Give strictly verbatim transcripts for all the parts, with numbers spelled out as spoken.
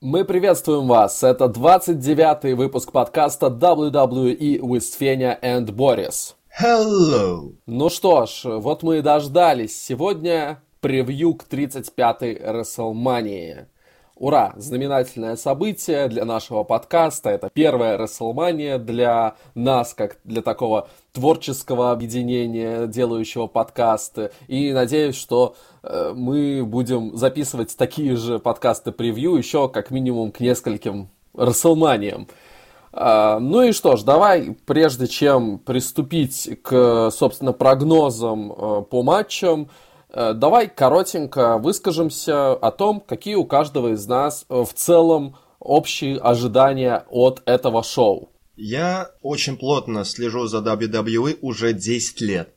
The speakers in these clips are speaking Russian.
Мы приветствуем вас. Это двадцать девятый выпуск подкаста дабл ю дабл ю и with Fenya and Boris. Hello! Ну что ж, вот мы и дождались. Сегодня превью к тридцать пятой WrestleMania. Ура! Знаменательное событие для нашего подкаста. Это первая WrestleMania для нас, как для такого творческого объединения, делающего подкасты. И надеюсь, что э, мы будем записывать такие же подкасты-превью еще как минимум к нескольким WrestleManiям. Uh, ну и что ж, давай, прежде чем приступить к, собственно, прогнозам uh, по матчам, uh, давай коротенько выскажемся о том, какие у каждого из нас uh, в целом общие ожидания от этого шоу. Я очень плотно слежу за дабл ю дабл ю и уже десять лет.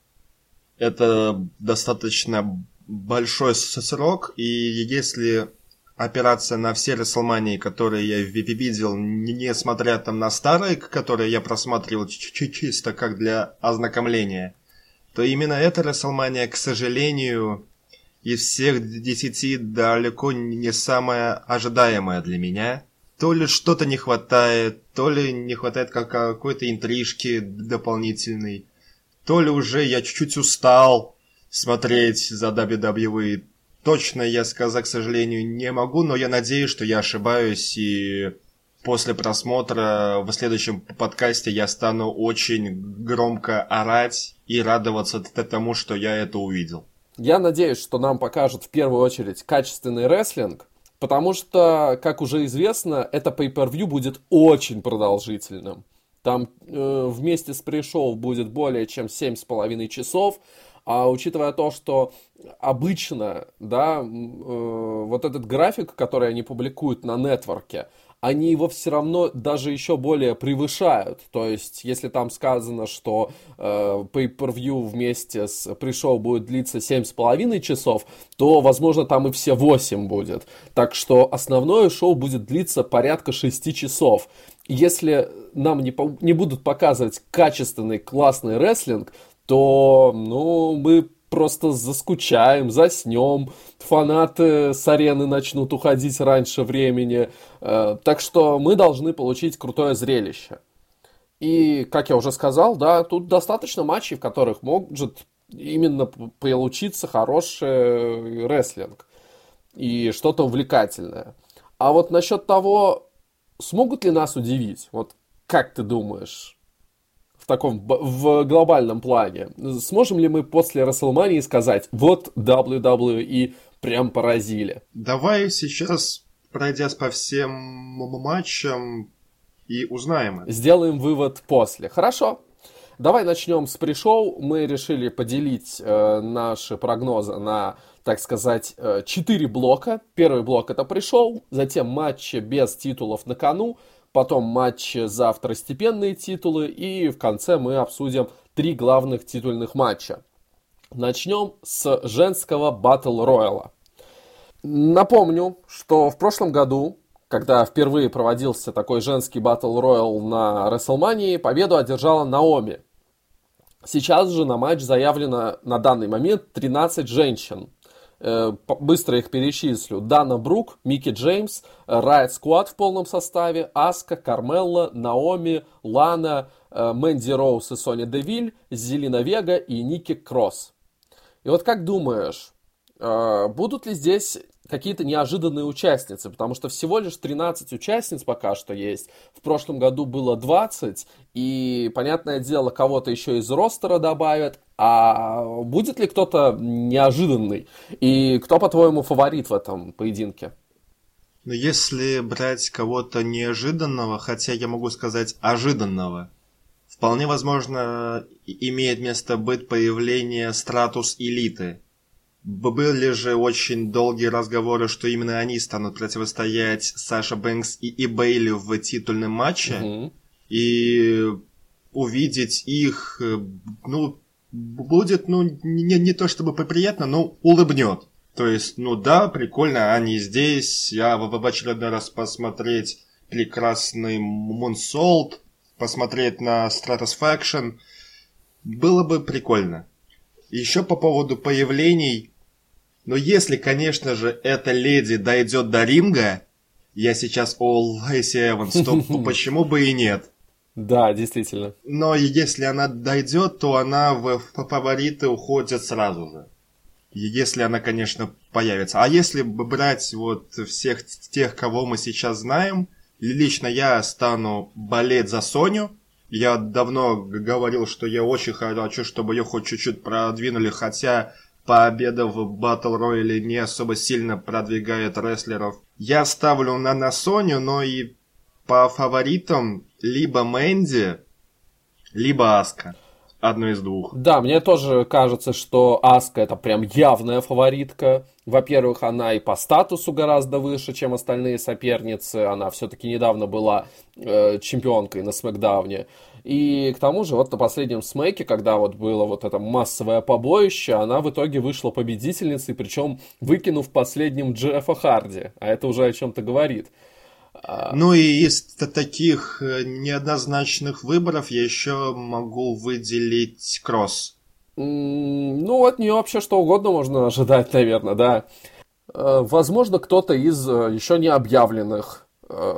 Это достаточно большой срок, и если опираться на все WrestleMania, которые я видел, несмотря там на старые, которые я просматривал чисто как для ознакомления, то именно эта WrestleMania, к сожалению, из всех десяти далеко не самая ожидаемая для меня. То ли что-то не хватает, то ли не хватает какой-то интрижки дополнительной, то ли уже я чуть-чуть устал смотреть за дабл ю дабл ю и. Точно я сказать, к сожалению, не могу, но я надеюсь, что я ошибаюсь, и после просмотра в следующем подкасте я стану очень громко орать и радоваться тому, что я это увидел. Я надеюсь, что нам покажут в первую очередь качественный рестлинг, потому что, как уже известно, это pay-per-view будет очень продолжительным. Там э, вместе с пришоу будет более чем семь с половиной часов. А учитывая то, что обычно, да, э, вот этот график, который они публикуют на нетворке, они его все равно даже еще более превышают. То есть, если там сказано, что э, pay-per-view вместе с пришоу будет длиться семь с половиной часов, то, возможно, там и все восемь будет. Так что основное шоу будет длиться порядка шести часов. Если нам не, по- не будут показывать качественный, классный рестлинг, то, ну, мы просто заскучаем, заснем, фанаты с арены начнут уходить раньше времени. Так что мы должны получить крутое зрелище. И, как я уже сказал, да, тут достаточно матчей, в которых может именно получиться хороший рестлинг и что-то увлекательное. А вот насчет того, смогут ли нас удивить, вот как ты думаешь? В таком, в глобальном плане. Сможем ли мы после WrestleMania сказать, вот дабл ю дабл ю и прям поразили? Давай сейчас, пройдясь по всем матчам, и узнаем это. Сделаем вывод после. Хорошо. Давай начнем с пришоу. Мы решили поделить э, наши прогнозы на, так сказать, э, четыре блока. Первый блок это пришоу, затем матчи без титулов на кону, потом матчи за второстепенные титулы, и в конце мы обсудим три главных титульных матча. Начнем с женского Battle Royale. Напомню, что в прошлом году, когда впервые проводился такой женский Battle Royale на WrestleMania, победу одержала Наоми. Сейчас же на матч заявлено на данный момент тринадцать женщин. Быстро их перечислю. Дана Брук, Микки Джеймс, Riot Squad в полном составе, Аска, Кармелла, Наоми, Лана, Мэнди Роуз и Соня Девиль, Зелина Вега и Никки Кросс. И вот как думаешь, будут ли здесь какие-то неожиданные участницы? Потому что всего лишь тринадцать участниц пока что есть. В прошлом году было двадцать. И, понятное дело, кого-то еще из ростера добавят. А будет ли кто-то неожиданный? И кто, по-твоему, фаворит в этом поединке? Но если брать кого-то неожиданного, хотя я могу сказать ожиданного, вполне возможно имеет место быть появление Стратус Элиты. Были же очень долгие разговоры, что именно они станут противостоять Саша Бэнкс и, и Бейли в титульном матче. Угу. И увидеть их, ну, будет, ну, не, не то чтобы приятно, но улыбнет. То есть, ну да, прикольно, они здесь. Я в, в очередной раз посмотреть прекрасный Moonsault, посмотреть на Stratusfaction. Было бы прикольно. Еще по поводу появлений. Но если, конечно же, эта леди дойдет до ринга, я сейчас all Лэйси Эванс, то почему бы и нет? Да, действительно. Но если она дойдет, то она в фавориты уходит сразу же. Если она, конечно, появится. А если брать вот всех тех, кого мы сейчас знаем, лично я стану болеть за Соню. Я давно говорил, что я очень хочу, чтобы ее хоть чуть-чуть продвинули, хотя победа в Battle Royale не особо сильно продвигает рестлеров. Я ставлю на, на Соню, но и по фаворитам либо Мэнди, либо Аска. Одно из двух. Да, мне тоже кажется, что Аска это прям явная фаворитка. Во-первых, она и по статусу гораздо выше, чем остальные соперницы. Она все-таки недавно была э, чемпионкой на Смэкдауне. И к тому же, вот на последнем Смэке, когда вот было вот это массовое побоище, она в итоге вышла победительницей, причем выкинув последним Джеффа Харди. А это уже о чем-то говорит. Ну и из таких неоднозначных выборов я еще могу выделить Кросс. Ну, от нее вообще что угодно можно ожидать, наверное, да. Возможно, кто-то из еще не объявленных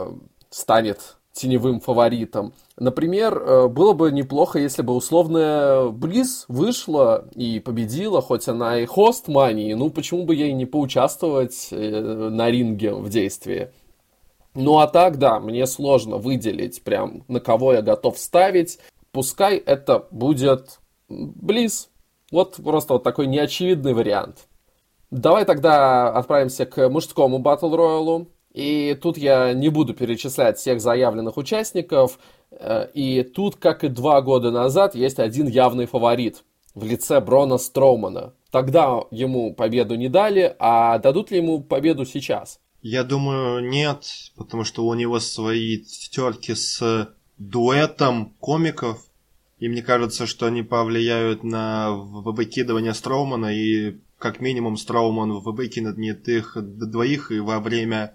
станет теневым фаворитом. Например, было бы неплохо, если бы условная Близ вышла и победила, хоть она и хост Мании, ну почему бы ей не поучаствовать на ринге в действии. Ну а так, да, мне сложно выделить прям, на кого я готов ставить. Пускай это будет Близ. Вот просто вот такой неочевидный вариант. Давай тогда отправимся к мужскому Battle Royale. И тут я не буду перечислять всех заявленных участников. И тут, как и два года назад, есть один явный фаворит в лице Брона Строумана. Тогда ему победу не дали, а дадут ли ему победу сейчас? Я думаю, нет, потому что у него свои терки с дуэтом комиков, и мне кажется, что они повлияют на выкидывание Строумана, и как минимум Строуман выкинет их двоих, и во время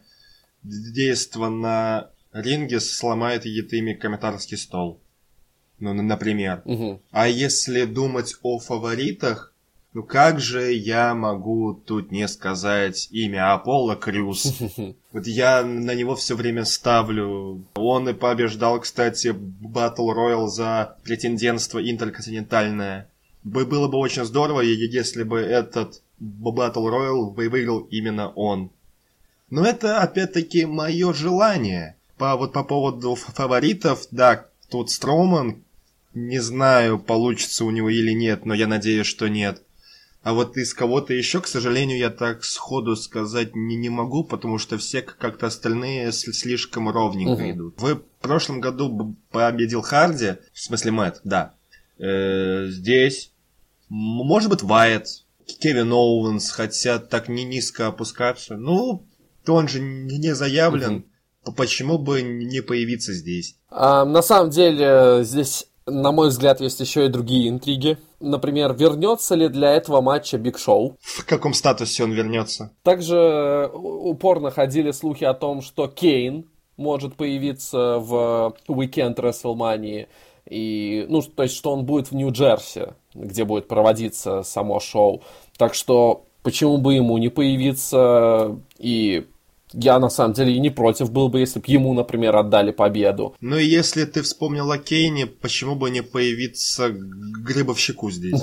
действия на ринге сломает ими комментаторский стол. Ну, например. Угу. А если думать о фаворитах, ну как же я могу тут не сказать имя Аполло Крюс? Вот я на него все время ставлю. Он и побеждал, кстати, Battle Royale за претендентство интерконтинентальное. Было бы очень здорово, если бы этот Battle Royale выиграл именно он. Но это, опять-таки, мое желание. По, вот по поводу фаворитов, да, тут Строуман, не знаю, получится у него или нет, но я надеюсь, что нет. А вот из кого-то еще, к сожалению, я так сходу сказать не, не могу, потому что все как-то остальные слишком ровненько uh-huh. идут. В прошлом году победил Харди, в смысле Мэтт, да. Э-э- здесь, может быть, Вайт, Кевин Оуэнс, хотя так не низко опускаться. Ну, он же не заявлен, uh-huh. почему бы не появиться здесь? А, на самом деле, здесь... На мой взгляд, есть еще и другие интриги. Например, вернется ли для этого матча Биг Шоу? В каком статусе он вернется? Также упорно ходили слухи о том, что Кейн может появиться в уикенд WrestleMania. И, ну, то есть, что он будет в Нью-Джерси, где будет проводиться само шоу. Так что, почему бы ему не появиться? И... Я, на самом деле, и не против был бы, если бы ему, например, отдали победу. Ну и если ты вспомнил о Кейне, почему бы не появиться Гробовщику здесь?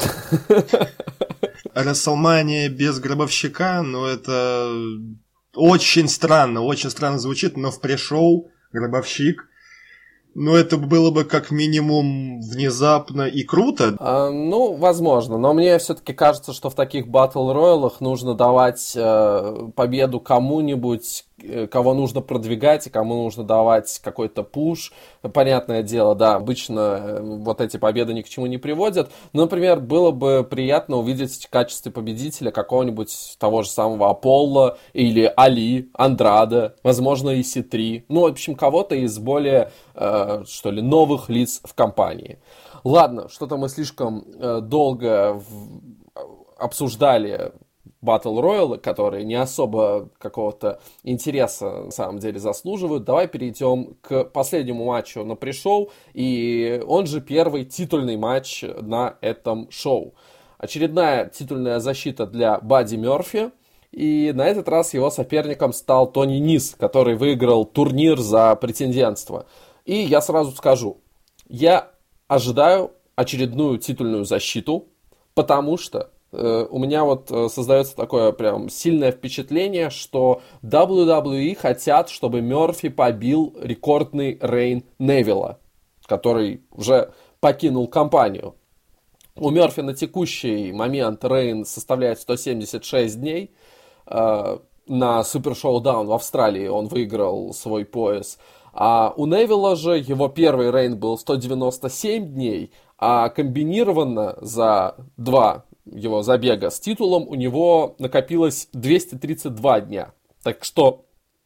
Расселмания без Гробовщика, ну это очень странно, очень странно звучит, но в пришел Гробовщик. Ну, это было бы как минимум внезапно и круто. А, ну, возможно. Но мне все-таки кажется, что в таких батл-роялах нужно давать э, победу кому-нибудь, кого нужно продвигать, и кому нужно давать какой-то пуш. Понятное дело, да, обычно вот эти победы ни к чему не приводят. Но, например, было бы приятно увидеть в качестве победителя какого-нибудь того же самого Аполло или Али, Андрада, возможно, и Си три. Ну, в общем, кого-то из более, э, что ли, новых лиц в компании. Ладно, что-то мы слишком э, долго в... обсуждали Battle Royale, которые не особо какого-то интереса на самом деле заслуживают. Давай перейдем к последнему матчу на пришоу, и он же первый титульный матч на этом шоу. Очередная титульная защита для Бадди Мерфи, И на этот раз его соперником стал Тони Низ, который выиграл турнир за претендентство. И я сразу скажу, я ожидаю очередную титульную защиту, потому что э, у меня вот э, создается такое прям сильное впечатление, что дабл ю дабл ю и хотят, чтобы Мерфи побил рекордный рейн Невилла, который уже покинул компанию. У Мерфи на текущий момент рейн составляет сто семьдесят шесть дней. Э, на Super Showdown в Австралии он выиграл свой пояс. А у Невилла же его первый рейн был сто девяносто семь дней, а комбинированно за два его забега с титулом у него накопилось двести тридцать два дня. Так что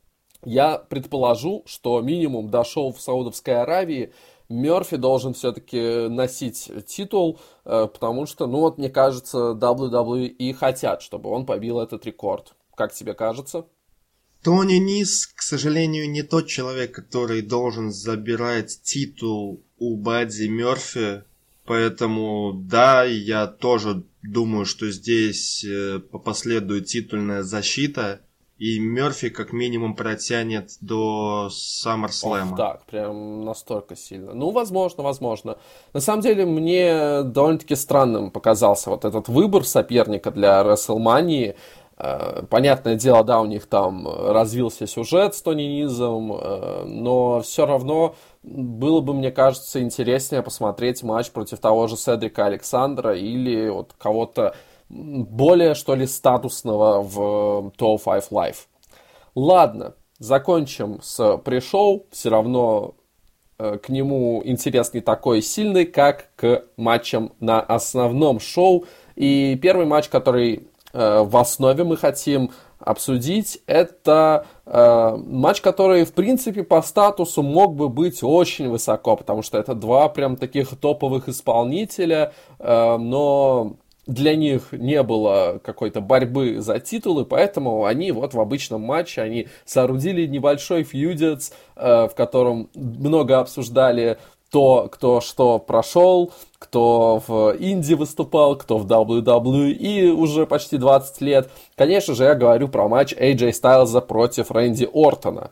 я предположу, что минимум до шоу в Саудовской Аравии Мерфи должен все-таки носить титул, потому что, ну вот, мне кажется, дабл ю дабл ю и хотят, чтобы он побил этот рекорд. Как тебе кажется? Тони Низ, к сожалению, не тот человек, который должен забирать титул у Бадди Мерфи, поэтому, да, я тоже думаю, что здесь э, последует титульная защита, и Мерфи как минимум протянет до SummerSlam. Ох, так, прям настолько сильно. Ну, возможно, возможно. На самом деле, мне довольно-таки странным показался вот этот выбор соперника для WrestleMania. Понятное дело, да, у них там развился сюжет с Тони Низом, но все равно было бы, мне кажется, интереснее посмотреть матч против того же Седрика Александра или вот кого-то более, что ли, статусного в двести пять Live. Ладно, закончим с пришоу. Все равно к нему интерес не такой сильный, как к матчам на основном шоу. И первый матч, который в основе мы хотим обсудить, это э, матч, который, в принципе, по статусу мог бы быть очень высоко, потому что это два прям таких топовых исполнителя, э, но для них не было какой-то борьбы за титулы, поэтому они вот в обычном матче, они соорудили небольшой фьюдец, э, в котором много обсуждали то, кто что прошел, кто в Инди выступал, кто в дабл ю дабл ю и уже почти двадцать лет. Конечно же, я говорю про матч эй джей Стайлза против Рэнди Ортона.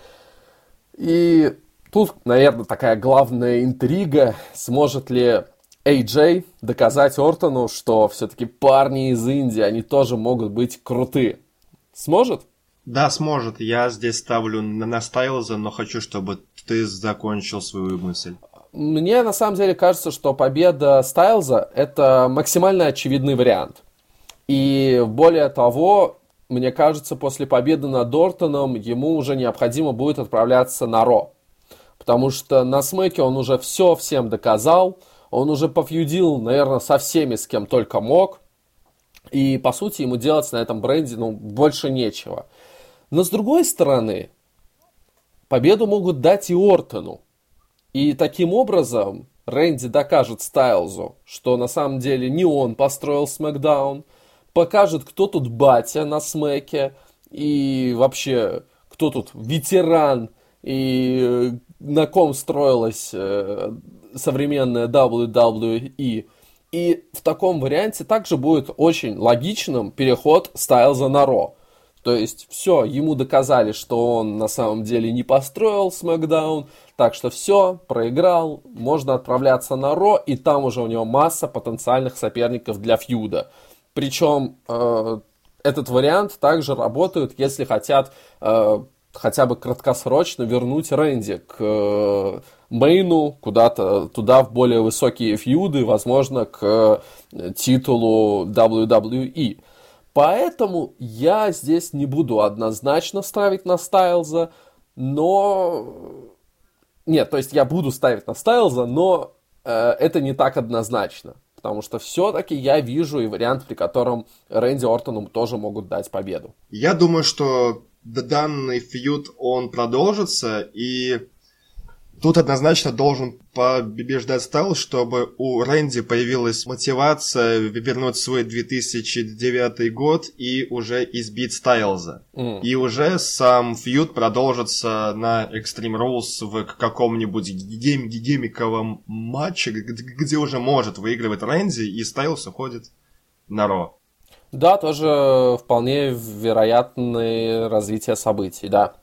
И тут, наверное, такая главная интрига, сможет ли эй джей доказать Ортону, что все-таки парни из Индии, они тоже могут быть крутые. Сможет? Да, сможет. Я здесь ставлю на Стайлза, но хочу, чтобы ты закончил свою мысль. Мне на самом деле кажется, что победа Стайлза – это максимально очевидный вариант. И более того, мне кажется, после победы над Ортоном ему уже необходимо будет отправляться на Ро. Потому что на Смэке он уже все всем доказал, он уже пофьюдил, наверное, со всеми, с кем только мог. И, по сути, ему делать на этом бренде ну, больше нечего. Но, с другой стороны, победу могут дать и Ортону. И таким образом Рэнди докажет Стайлзу, что на самом деле не он построил Смэкдаун, покажет, кто тут батя на Смэке, и вообще, кто тут ветеран, и на ком строилась э, современная дабл ю дабл ю и. И в таком варианте также будет очень логичным переход Стайлза на Ро. То есть, все, ему доказали, что он на самом деле не построил Смэкдаун, так что все, проиграл, можно отправляться на Ро, и там уже у него масса потенциальных соперников для фьюда. Причем э, этот вариант также работает, если хотят э, хотя бы краткосрочно вернуть Рэнди к э, мейну, куда-то туда в более высокие фьюды, возможно, к э, титулу дабл ю дабл ю и. Поэтому я здесь не буду однозначно ставить на Стайлза, но... Нет, то есть я буду ставить на Стайлза, но э, это не так однозначно. Потому что все-таки я вижу и вариант, при котором Рэнди Ортону тоже могут дать победу. Я думаю, что данный фьюд, он продолжится, и тут однозначно должен побеждать Стайлз, чтобы у Рэнди появилась мотивация вернуть свой две тысячи девятый год и уже избить Стайлза. Mm. И уже сам фьюд продолжится на Extreme Rules в каком-нибудь гейм- геймиковом матче, где уже может выигрывать Рэнди, и Стайлз уходит на Ро. Да, тоже вполне вероятное развитие событий, да.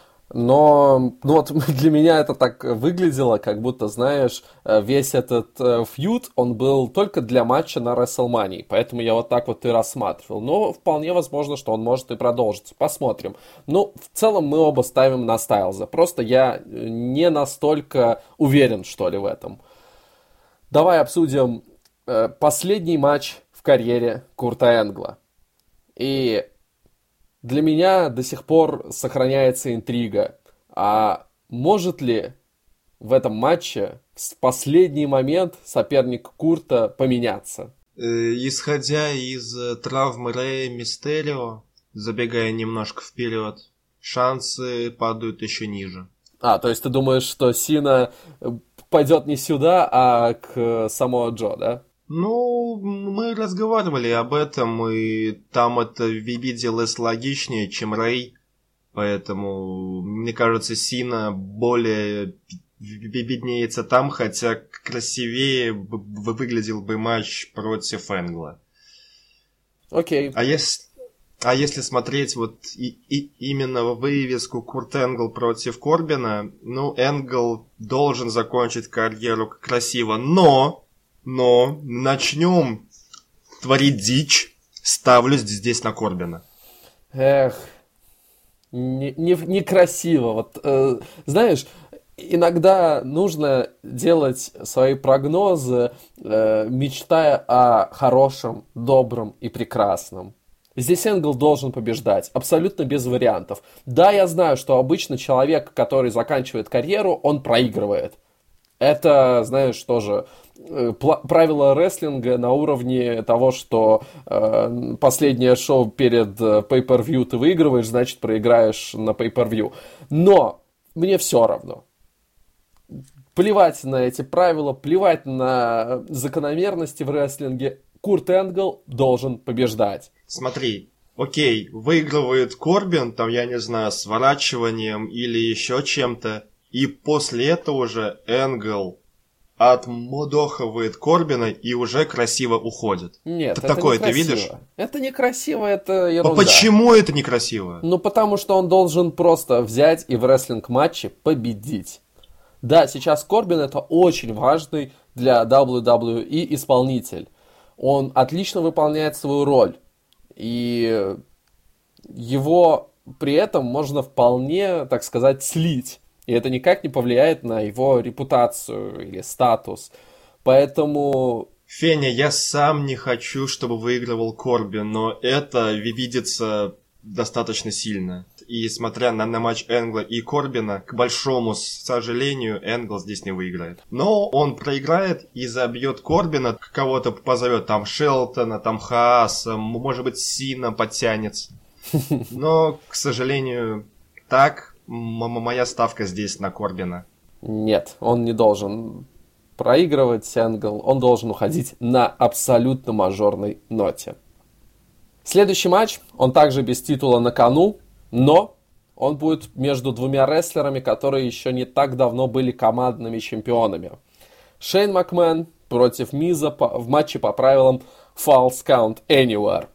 Но ну вот для меня это так выглядело, как будто, знаешь, весь этот э, фьюд, он был только для матча на WrestleMania, поэтому я вот так вот и рассматривал. Но вполне возможно, что он может и продолжиться. Посмотрим. Ну, в целом мы оба ставим на Стайлза. Просто я не настолько уверен, что ли, в этом. Давай обсудим э, последний матч в карьере Курта Энгла. И для меня до сих пор сохраняется интрига. А может ли в этом матче в последний момент соперник Курта поменяться? Э, исходя из э, травмы Рэя Мистерио, забегая немножко вперед, шансы падают еще ниже. А, то есть ты думаешь, что Сина пойдет не сюда, а к Самоа Джо, да? Ну, мы разговаривали об этом, и там это виделось логичнее, чем Рэй. Поэтому, мне кажется, Сина более виднеется там, хотя красивее выглядел бы матч против Энгла. Окей. А если, а если смотреть вот и, и именно вывеску Курт Энгл против Корбина, ну, Энгл должен закончить карьеру красиво, но... Но начнем творить дичь, ставлю здесь на Корбина. Эх, не, не, некрасиво. Вот, э, знаешь, иногда нужно делать свои прогнозы, э, мечтая о хорошем, добром и прекрасном. Здесь Энгл должен побеждать, абсолютно без вариантов. Да, я знаю, что обычно человек, который заканчивает карьеру, он проигрывает. Это, знаешь, тоже э, пла- правило рестлинга на уровне того, что э, последнее шоу перед э, pay-per-view ты выигрываешь, значит проиграешь на pay-per-view. Но мне все равно. Плевать на эти правила, плевать на закономерности в рестлинге. Курт Энгл должен побеждать. Смотри, окей, выигрывает Корбин, там, я не знаю, сворачиванием или еще чем-то. И после этого уже Энгл отмудохивает Корбина и уже красиво уходит. Нет, это это такое некрасиво. Ты видишь? Это некрасиво, это ерунда. А почему это некрасиво? Ну, потому что он должен просто взять и в рестлинг-матче победить. Да, сейчас Корбин это очень важный для дабл ю дабл ю и исполнитель. Он отлично выполняет свою роль. И его при этом можно вполне, так сказать, слить. И это никак не повлияет на его репутацию или статус. Поэтому... Феня, я сам не хочу, чтобы выигрывал Корбин, но это видится достаточно сильно. И смотря на, на матч Энгла и Корбина, к большому сожалению, Энгл здесь не выиграет. Но он проиграет и забьет Корбина, кого-то позовет, там Шелтона, там Хааса, может быть Сина подтянется. Но, к сожалению, так... Моя ставка здесь на Корбина. Нет, он не должен проигрывать Энгл, он должен уходить на абсолютно мажорной ноте. Следующий матч, он также без титула на кону, но он будет между двумя рестлерами, которые еще не так давно были командными чемпионами. Шейн Макмен против Миза в матче по правилам Falls Count Anywhere.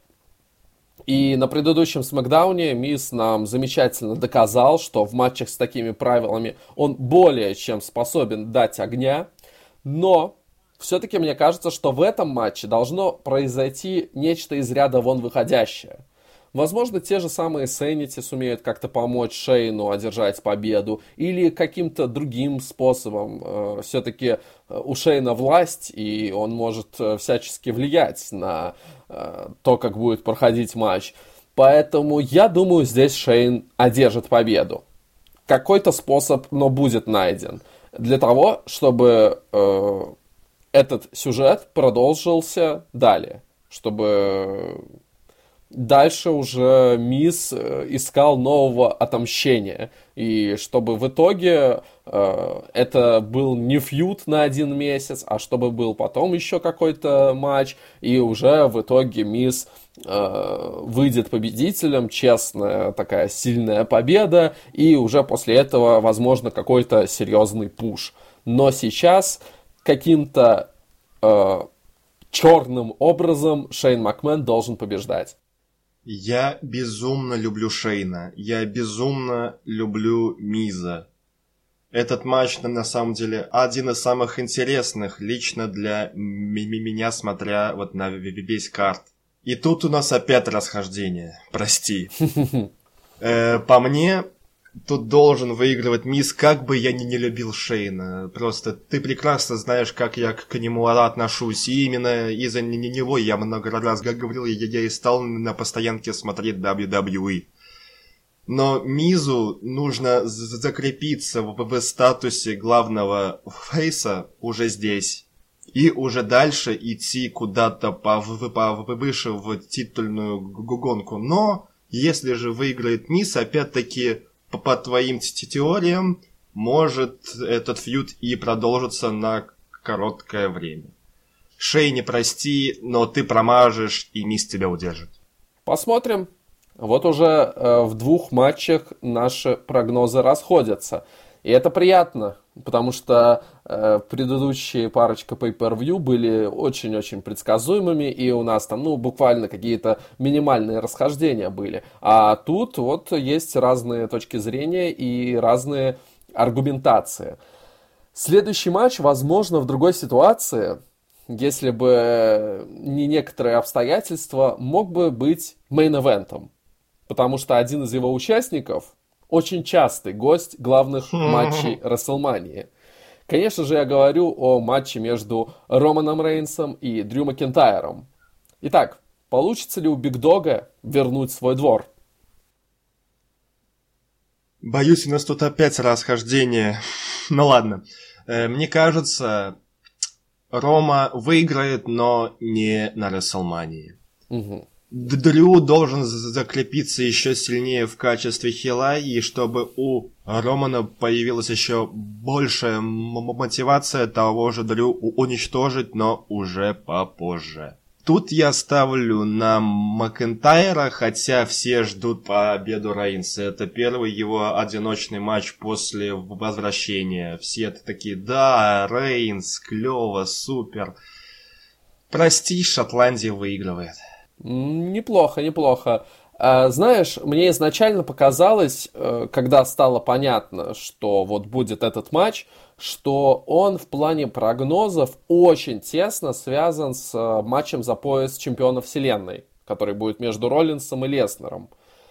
И на предыдущем Смэкдауне Миз нам замечательно доказал, что в матчах с такими правилами он более чем способен дать огня. Но все-таки мне кажется, что в этом матче должно произойти нечто из ряда вон выходящее. Возможно, те же самые Sanity сумеют как-то помочь Шейну одержать победу. Или каким-то другим способом. Э, все-таки у Шейна власть, и он может э, всячески влиять на э, то, как будет проходить матч. Поэтому я думаю, здесь Шейн одержит победу. Какой-то способ, но будет найден. Для того, чтобы э, этот сюжет продолжился далее. Чтобы... Дальше уже Миз искал нового отомщения. И чтобы в итоге э, это был не фьюд на один месяц, а чтобы был потом еще какой-то матч. И уже в итоге Миз э, выйдет победителем. Честная такая сильная победа. И уже после этого, возможно, какой-то серьезный пуш. Но сейчас каким-то... Э, черным образом Шейн Макмен должен побеждать. Я безумно люблю Шейна. Я безумно люблю Миза. Этот матч, на самом деле, один из самых интересных лично для м- меня, смотря вот на весь карт. И тут у нас опять расхождение. Прости. Э, по мне, тут должен выигрывать Миз, как бы я ни не любил Шейна. Просто ты прекрасно знаешь, как я к нему отношусь. И именно из-за него я много раз говорил, я, я и стал на постоянке смотреть дабл ю дабл ю и. Но Мизу нужно закрепиться в, в статусе главного фейса уже здесь. И уже дальше идти куда-то повыше в титульную гонку. Но если же выиграет Миз, опять-таки, по, по твоим теориям, может этот фьюд и продолжится на короткое время. Шей, не прости, но ты промажешь, и Миз тебя удержит. Посмотрим. Вот уже э, в двух матчах наши прогнозы расходятся. И это приятно, потому что э, предыдущие парочка pay-per-view были очень-очень предсказуемыми, и у нас там, ну, буквально какие-то минимальные расхождения были. А тут вот есть разные точки зрения и разные аргументации. Следующий матч, возможно, в другой ситуации, если бы не некоторые обстоятельства, мог бы быть мейн-эвентом. Потому что один из его участников очень частый гость главных матчей WrestleMania. Конечно же, я говорю о матче между Романом Рейнсом и Дрю Макентайром. Итак, получится ли у Биг Дога вернуть свой двор? Боюсь, у нас тут опять расхождение. Ну ладно. Э, мне кажется, Рома выиграет, но не на WrestleMania. Угу. Дрю должен закрепиться еще сильнее в качестве хила, и чтобы у Романа появилась еще большая мотивация того же Дрю уничтожить, но уже попозже. Тут я ставлю на Макентайра, хотя все ждут победу Рейнса. Это первый его одиночный матч после возвращения. Все такие: да, Рейнс, клево, супер. Прости, Шотландия выигрывает. Неплохо, неплохо. Знаешь, мне изначально показалось, когда стало понятно, что вот будет этот матч, что он в плане прогнозов очень тесно связан с матчем за пояс чемпиона вселенной, который будет между Роллинсом и Леснером.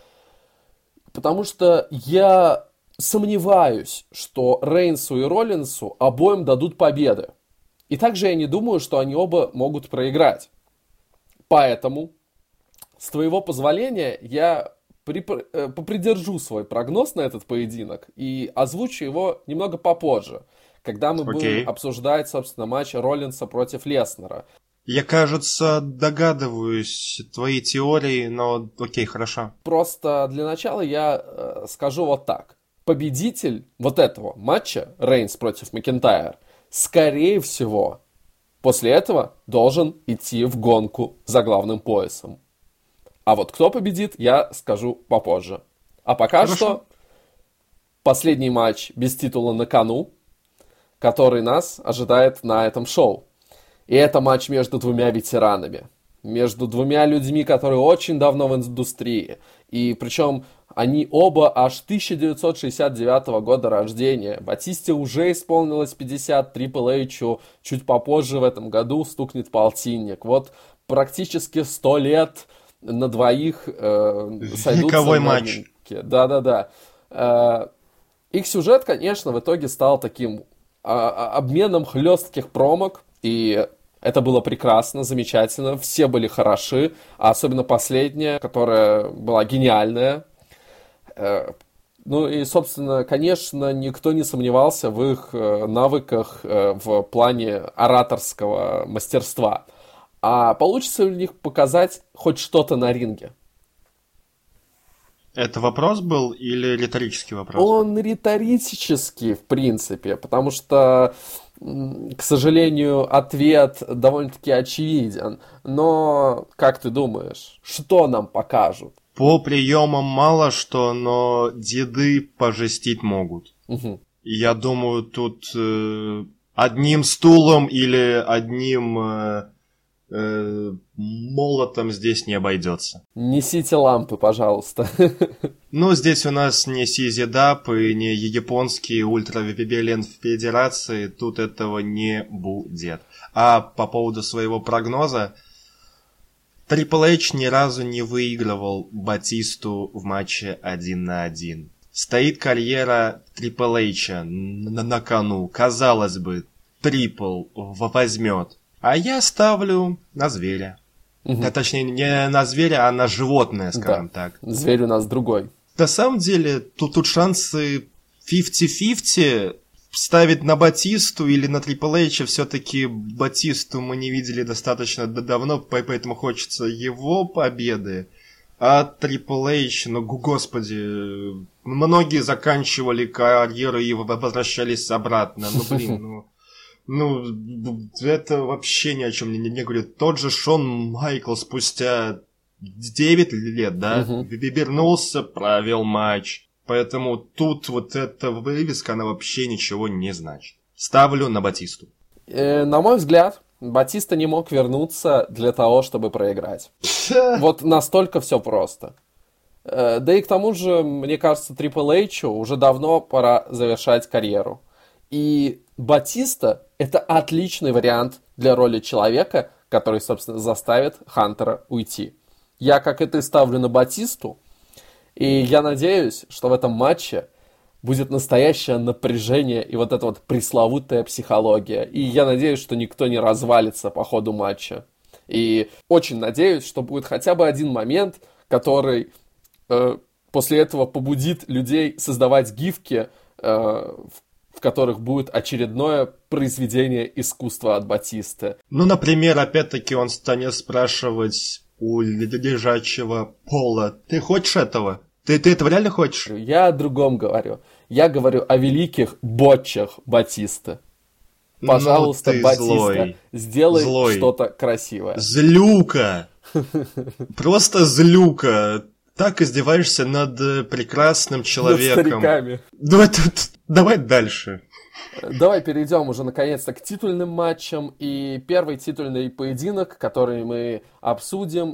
Потому что я сомневаюсь, что Рейнсу и Роллинсу обоим дадут победы. И также я не думаю, что они оба могут проиграть. Поэтому, с твоего позволения, я при, э, попридержу свой прогноз на этот поединок и озвучу его немного попозже, когда мы okay. будем обсуждать, собственно, матч Роллинса против Леснера. Я, кажется, догадываюсь твоей теории, но окей, хорошо. Просто для начала я э, скажу вот так. Победитель вот этого матча, Рейнс против Макентайр, скорее всего, после этого должен идти в гонку за главным поясом. А вот кто победит, я скажу попозже. А пока Хорошо. Что последний матч без титула на кону, который нас ожидает на этом шоу. И это матч между двумя ветеранами. Между двумя людьми, которые очень давно в индустрии. И причем они оба аж тысяча девятьсот шестьдесят девятого года рождения. Батисте уже исполнилось пятьдесят, Трипл Эйчу чуть попозже в этом году стукнет полтинник. Вот практически сто лет на двоих э, сойдутся. Вековой матч. Да-да-да. Э, их сюжет, конечно, в итоге стал таким э, обменом хлестких промок. И это было прекрасно, замечательно. Все были хороши. А особенно последняя, которая была гениальная. Ну и, собственно, конечно, никто не сомневался в их навыках в плане ораторского мастерства. А получится ли у них показать хоть что-то на ринге? Это вопрос был или риторический вопрос? Он риторический, в принципе, потому что, к сожалению, ответ довольно-таки очевиден. Но, как ты думаешь, что нам покажут? По приемам мало что, но деды пожестить могут. Угу. Я думаю, тут э, одним стулом или одним э, э, молотом здесь не обойдется. Несите лампы, пожалуйста. Ну, здесь у нас не Сизидап и не японские ультравибелен федерации, тут этого не будет. А по поводу своего прогноза, Трипл Эйч ни разу не выигрывал Батисту в матче один на один. Стоит карьера Трипл Эйча на, на кону. Казалось бы, Трипл возьмет. А я ставлю на зверя. Угу. А, точнее, не на зверя, а на животное, скажем да. так. Зверь у нас другой. На самом деле, тут, тут шансы пятьдесят пятьдесят. Ставить на Батисту или на Трипл Эйча, все-таки Батисту мы не видели достаточно давно, поэтому хочется его победы. А Трипл Эйч, ну господи, многие заканчивали карьеру и возвращались обратно. Ну блин, ну, ну это вообще ни о чем не, не говорит. Тот же Шон Майкл спустя девять лет, да, uh-huh. вернулся, провел матч. Поэтому тут вот эта вывеска, она вообще ничего не значит. Ставлю на Батисту. Э, на мой взгляд, Батиста не мог вернуться для того, чтобы проиграть. Вот настолько все просто. Э, да и к тому же, мне кажется, Трипл Эйчу уже давно пора завершать карьеру. И Батиста — это отличный вариант для роли человека, который, собственно, заставит Хантера уйти. Я, как и ты, ставлю на Батисту. И я надеюсь, что в этом матче будет настоящее напряжение и вот эта вот пресловутая психология. И я надеюсь, что никто не развалится по ходу матча. И очень надеюсь, что будет хотя бы один момент, который э, после этого побудит людей создавать гифки, э, в которых будет очередное произведение искусства от Батисты. Ну, например, опять-таки он станет спрашивать у лежачего Пола: «Ты хочешь этого? Ты, ты этого реально хочешь?» Я о другом говорю. Я говорю о великих ботчах Батисты. Пожалуйста, ну, Батиста, злой. Сделай злой. Что-то красивое. Злюка! Просто злюка! Так издеваешься над прекрасным человеком. Над стариками. Давай, давай дальше. Давай перейдем уже наконец-то к титульным матчам. И первый титульный поединок, который мы обсудим,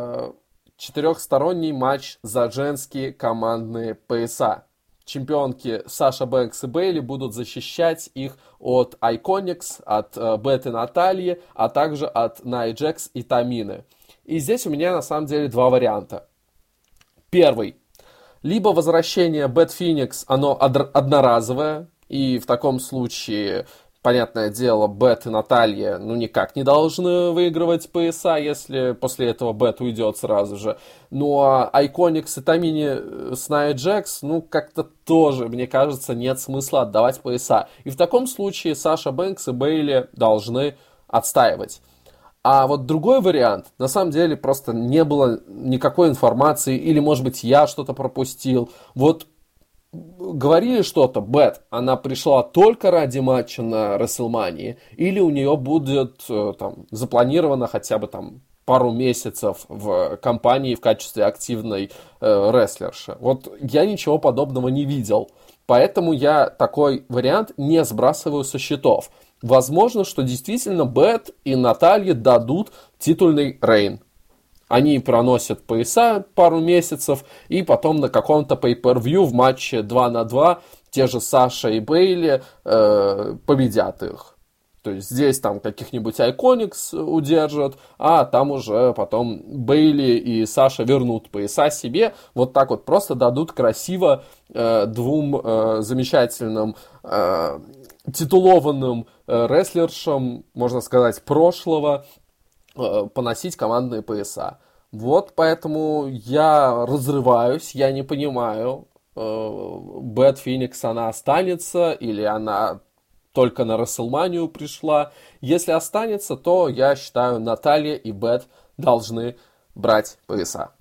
четырехсторонний матч за женские командные пояса. Чемпионки Саша Бэнкс и Бейли будут защищать их от Iconics, от э, Бет и Натальи, а также от Nia Jax и Тамины. И здесь у меня на самом деле два варианта. Первый. Либо возвращение Бет Феникс, оно од- одноразовое, и в таком случае, понятное дело, Бет и Наталья ну никак не должны выигрывать пояса, если после этого Бет уйдет сразу же. Ну а Iconics и Тамини с Nia Jax, ну как-то тоже, мне кажется, нет смысла отдавать пояса. И в таком случае Саша Бэнкс и Бейли должны отстаивать. А вот другой вариант, на самом деле просто не было никакой информации, или может быть я что-то пропустил. Вот говорили что-то, Бет, она пришла только ради матча на Расселмании, или у нее будет там запланировано хотя бы там пару месяцев в компании в качестве активной э, рестлерши. Вот я ничего подобного не видел, поэтому я такой вариант не сбрасываю со счетов. Возможно, что действительно Бет и Наталья дадут титульный рейн. Они проносят пояса пару месяцев, и потом на каком-то pay-per-view в матче два на два те же Саша и Бейли э, победят их. То есть здесь там каких-нибудь Iconics удержат, а там уже потом Бейли и Саша вернут пояса себе. Вот так вот просто дадут красиво э, двум э, замечательным э, титулованным э, рестлершам, можно сказать, прошлого, поносить командные пояса. Вот поэтому я разрываюсь, я не понимаю, Бет Феникс она останется или она только на Расселманию пришла. Если останется, то я считаю, Наталья и Бет должны брать пояса.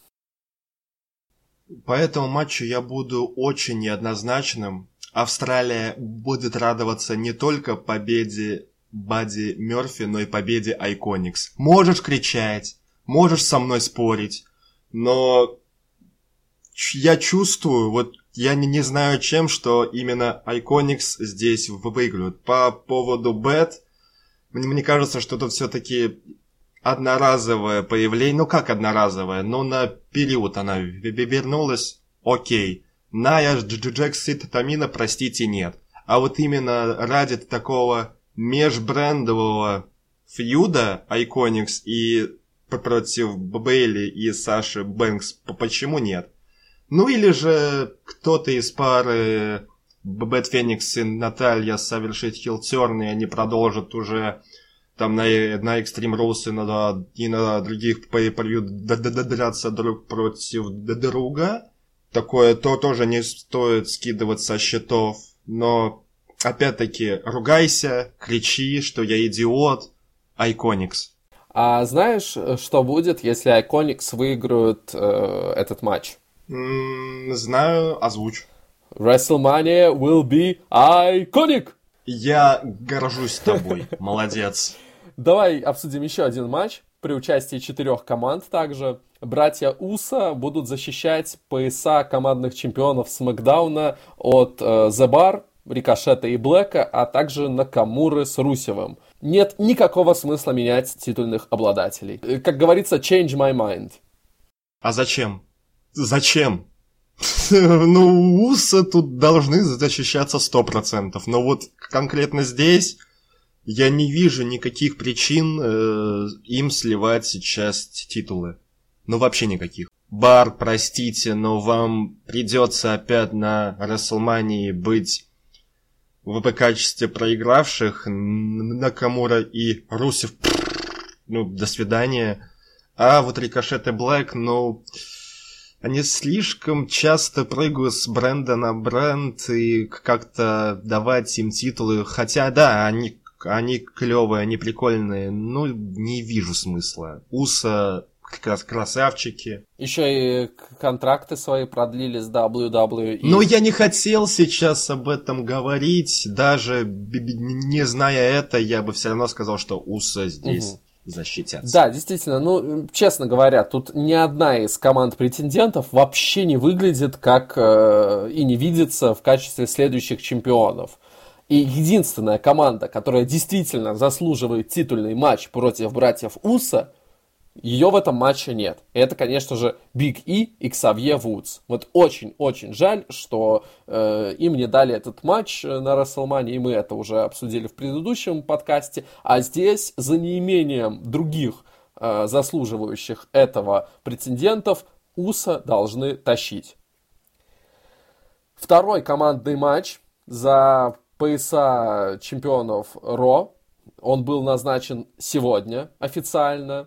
По этому матчу я буду очень неоднозначным. Австралия будет радоваться не только победе Бадди Мёрфи, но и победе Iconics. Можешь кричать, можешь со мной спорить, но я чувствую, вот я не, не знаю чем, что именно Iconics здесь выиграют. По поводу Бет, мне, мне кажется, что тут все-таки одноразовое появление, ну как одноразовое, но на период она вернулась, окей. Ная Джекс и Тамина, простите, нет. А вот именно ради такого межбрендового фьюда Iconics и против Бейли и Саши Бэнкс, почему нет? Ну или же кто-то из пары Бэт Феникс и Наталья совершит хилтерн, и они продолжат уже там на, на Extreme Rules и на, и на других pay-per-view драться друг против друга. Такое то тоже не стоит скидывать со счетов. Но, опять-таки, ругайся, кричи, что я идиот. Iconics. А знаешь, что будет, если Iconics выиграют э, этот матч? М-м, знаю, озвучь. WrestleMania will be iconic! Я горжусь тобой, молодец. Давай обсудим еще один матч при участии четырех команд также. Братья Уса будут защищать пояса командных чемпионов Смэкдауна от э, The Bar, Рикошета и Блэка, а также Накамуры с Русевым. Нет никакого смысла менять титульных обладателей. Как говорится, change my mind. А зачем? Зачем? Ну, Усы тут должны защищаться сто процентов. Но вот конкретно здесь я не вижу никаких причин э, им сливать сейчас титулы. Ну, вообще никаких. Бар, простите, но вам придется опять на WrestleMania быть в качестве проигравших. Накамура и Русев, ну, до свидания. А вот Рикошет и Блэк, ну, они слишком часто прыгают с бренда на бренд и как-то давать им титулы. Хотя, да, они, они клевые, они прикольные, но не вижу смысла. Уса красавчики. Еще и контракты свои продлили с дабл ю дабл ю и. Но я не хотел сейчас об этом говорить. Даже не зная это, я бы все равно сказал, что Уса здесь угу. защитятся. Да, действительно, ну, честно говоря, тут ни одна из команд претендентов вообще не выглядит как э, и не видится в качестве следующих чемпионов. И единственная команда, которая действительно заслуживает титульный матч против братьев Уса, ее в этом матче нет. И это, конечно же, Биг И и Ксавье Вудс. Вот очень-очень жаль, что э, им не дали этот матч на WrestleMania, и мы это уже обсудили в предыдущем подкасте. А здесь, за неимением других э, заслуживающих этого претендентов, Уса должны тащить. Второй командный матч за пояса чемпионов Ро. Он был назначен сегодня официально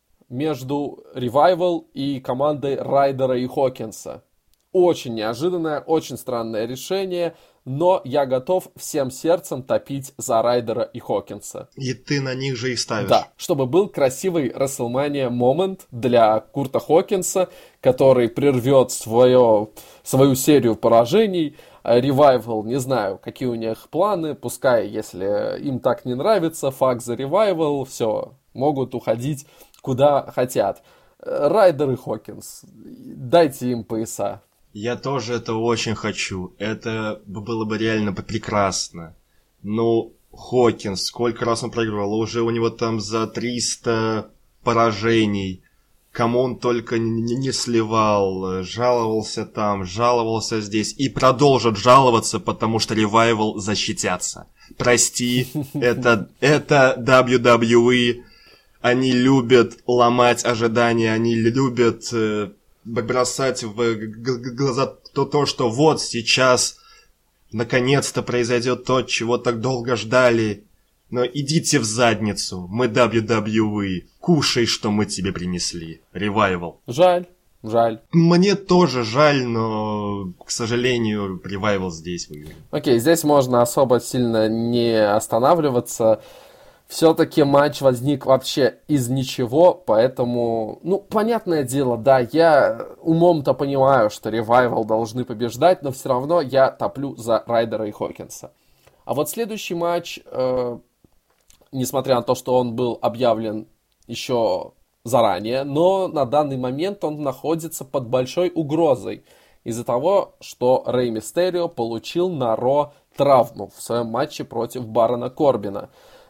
между Revival и командой Райдера и Хокинса. Очень неожиданное, очень странное решение, но я готов всем сердцем топить за Райдера и Хокинса. И ты на них же и ставишь. Да, чтобы был красивый WrestleMania момент для Курта Хокинса, который прервет свое, свою серию поражений. Revival, не знаю, какие у них планы, пускай, если им так не нравится, фак за Revival, все, могут уходить куда хотят. Райдер и Хокинс, дайте им пояса. Я тоже это очень хочу. Это было бы реально прекрасно. Ну, Хокинс, сколько раз он проигрывал? Уже у него там за триста поражений. Кому он только не, не сливал. Жаловался там, жаловался здесь. И продолжит жаловаться, потому что Revival защитятся. Прости, это, это дабл ю дабл ю и. Они любят ломать ожидания, они любят э, бросать в глаза то, то, что вот сейчас наконец-то произойдет то, чего так долго ждали. Но идите в задницу, мы дабл ю дабл ю и, кушай, что мы тебе принесли. Revival. Жаль, жаль. Мне тоже жаль, но, к сожалению, Revival здесь выиграл. Окей, здесь можно особо сильно не останавливаться. Все-таки матч возник вообще из ничего, поэтому, ну, понятное дело, да, я умом-то понимаю, что Revival должны побеждать, но все равно я топлю за Райдера и Хокинса. А вот следующий матч, э, несмотря на то, что он был объявлен еще заранее, но на данный момент он находится под большой угрозой из-за того, что Рэй Мистерио получил на Ро травму в своем матче против Барона Корбина.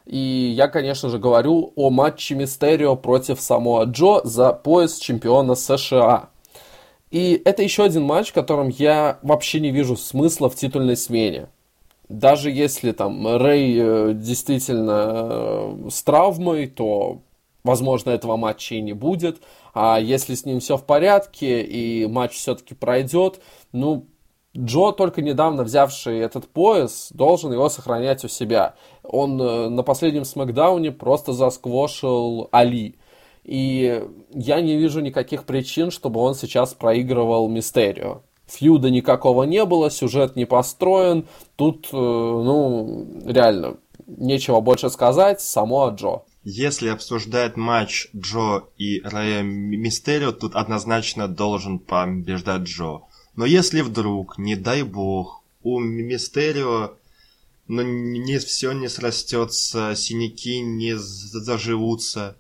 И я, конечно же, говорю о матче Мистерио против Самоа Джо за пояс чемпиона США. И это еще один матч, в котором я вообще не вижу смысла в титульной смене. Даже если там Рэй э, действительно э, с травмой, то, возможно, этого матча и не будет. А если с ним все в порядке и матч все-таки пройдет, ну, Джо, только недавно взявший этот пояс, должен его сохранять у себя. Он э, на последнем смэкдауне просто засквошил Али. И я не вижу никаких причин, чтобы он сейчас проигрывал Мистерио. Фьюда никакого не было, сюжет не построен. Тут, э, ну, реально, нечего больше сказать. Самоа Джо. Если обсуждать матч Джо и Рэя Мистерио, тут однозначно должен побеждать Джо. Но если вдруг, не дай бог, у Мистерио ну, не все не срастется, синяки не заживутся,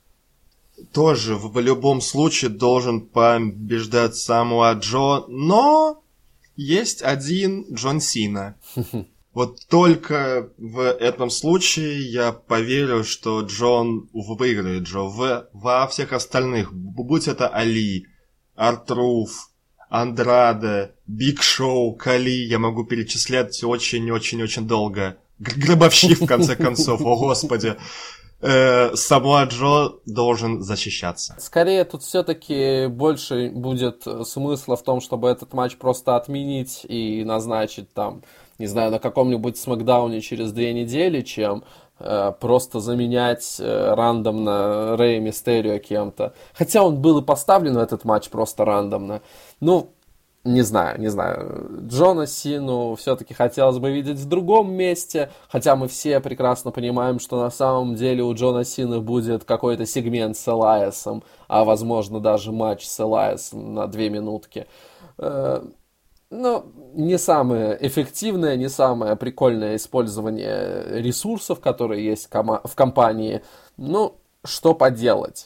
тоже в, в любом случае должен побеждать Самоа Джо, но есть один Джон Сина. Вот только в этом случае я поверю, что Джон выиграет Джо. В, во всех остальных, будь это Али, Артруф, Андраде, Биг Шоу, Кали, я могу перечислять очень-очень-очень долго. Гробовщик, в конце концов, о господи. Э, Самоа Джо должен защищаться. Скорее, тут все-таки больше будет смысла в том, чтобы этот матч просто отменить и назначить там, не знаю, на каком-нибудь смэкдауне через две недели, чем э, просто заменять э, рандомно Рэя Мистерио кем-то. Хотя он был и поставлен в этот матч просто рандомно. Ну, не знаю, не знаю. Джона Сину все-таки хотелось бы видеть в другом месте, хотя мы все прекрасно понимаем, что на самом деле у Джона Сины будет какой-то сегмент с Элайасом, а возможно даже матч с Элайасом на две минутки. Э, Ну, не самое эффективное, не самое прикольное использование ресурсов, которые есть в компании. Ну, что поделать.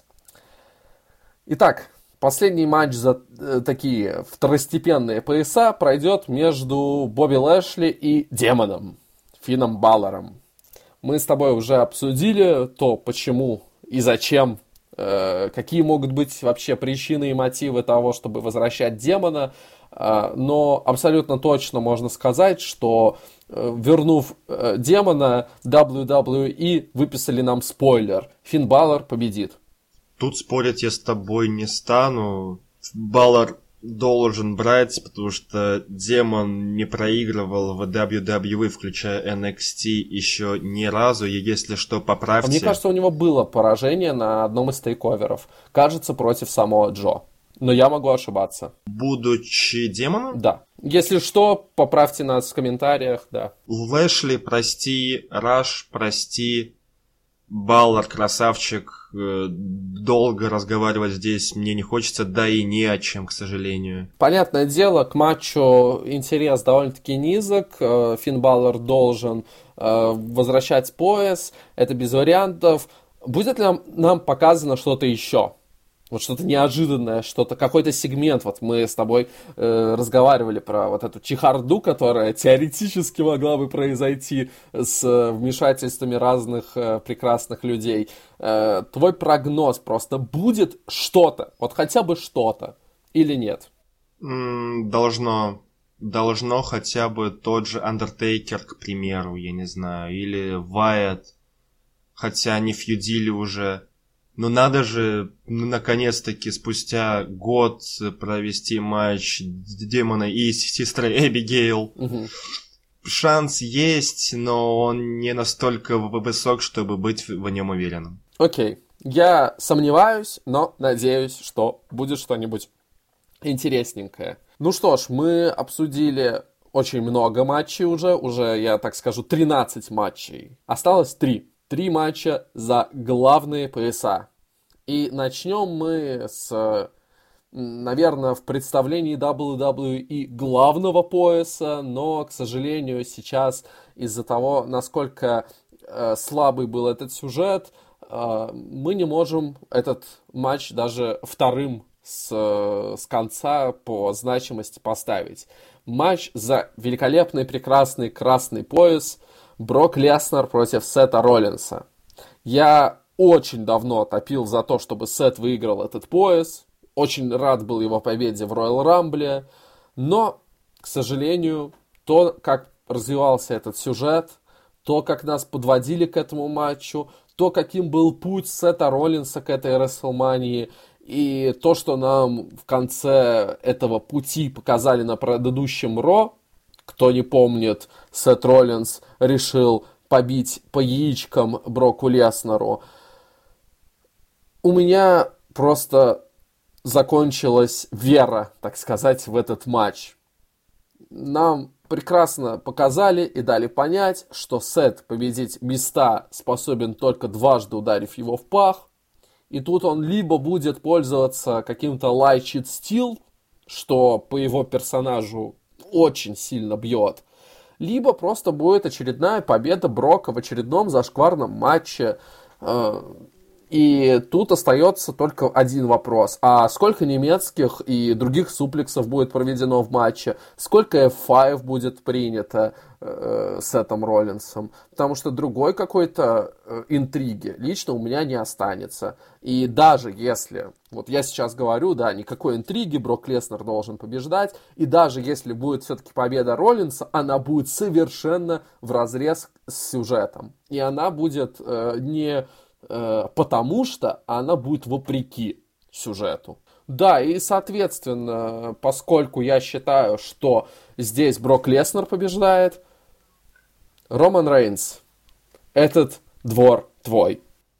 Итак, последний матч за э, такие второстепенные пояса пройдет между Бобби Лэшли и Демоном, Финном Балором. Мы с тобой уже обсудили то, почему и зачем, э, какие могут быть вообще причины и мотивы того, чтобы возвращать Демона. Но абсолютно точно можно сказать, что вернув Демона, дабл ю дабл ю и выписали нам спойлер. Финн Балор победит. Тут спорить я с тобой не стану. Балор должен брать, потому что Демон не проигрывал в дабл ю дабл ю и, включая эн экс ти, еще ни разу. И если что, поправьте. А мне кажется, у него было поражение на одном из тейковеров. Кажется, против Самоа Джо. Но я могу ошибаться. Будучи Демоном? Да. Если что, поправьте нас в комментариях, да. Лэшли, прости, Раш, прости, Баллар, красавчик, долго разговаривать здесь мне не хочется, да и не о чем, к сожалению. Понятное дело, к матчу интерес довольно-таки низок, Финн Баллар должен возвращать пояс, это без вариантов. Будет ли нам показано что-то еще? Вот что-то неожиданное, что-то, какой-то сегмент. Вот мы с тобой э, разговаривали про вот эту чехарду, которая теоретически могла бы произойти с э, вмешательствами разных э, прекрасных людей. Э, твой прогноз просто будет что-то, вот хотя бы что-то, или нет? Mm, должно, должно хотя бы тот же Undertaker, к примеру, я не знаю, или Вайет, хотя они фьюдили уже. Но надо же, ну, наконец-таки, спустя год провести матч Демона и сестры Эбигейл. Угу. Шанс есть, но он не настолько высок, чтобы быть в нем уверенным. Окей. Я сомневаюсь, но надеюсь, что будет что-нибудь интересненькое. Ну что ж, мы обсудили очень много матчей уже. Уже, я так скажу, тринадцать матчей. Осталось три. Три матча за главные пояса. И начнем мы с, наверное, в представлении дабл ю дабл ю и главного пояса, но, к сожалению, сейчас из-за того, насколько э, слабый был этот сюжет, э, мы не можем этот матч даже вторым с, с конца по значимости поставить. Матч за великолепный, прекрасный красный пояс Брок Леснар против Сета Роллинса. Я очень давно топил за то, чтобы Сет выиграл этот пояс. Очень рад был его победе в Роyal Рамбле. Но, к сожалению, то, как развивался этот сюжет, то, как нас подводили к этому матчу, то, каким был путь Сета Роллинса к этой Рестлмании, и то, что нам в конце этого пути показали на предыдущем Ро, кто не помнит, Сет Роллинс решил побить по яичкам Броку Леснару. У меня просто закончилась вера, так сказать, в этот матч. Нам прекрасно показали и дали понять, что Сет победить Миста способен только дважды ударив его в пах. И тут он либо будет пользоваться каким-то light cheat steel, что по его персонажу очень сильно бьет, либо просто будет очередная победа Брока в очередном зашкварном матче. И тут остается только один вопрос. А сколько немецких и других суплексов будет проведено в матче? Сколько эф пять будет принято э, Сетом Роллинсом? Потому что другой какой-то э, интриги лично у меня не останется. И даже если, вот я сейчас говорю, да, никакой интриги, Брок Леснар должен побеждать. И даже если будет все-таки победа Роллинса, она будет совершенно вразрез с сюжетом. И она будет э, не... потому что она будет вопреки сюжету. Да, и, соответственно, поскольку я считаю, что здесь Брок Леснар побеждает, Роман Рейнс, этот двор твой.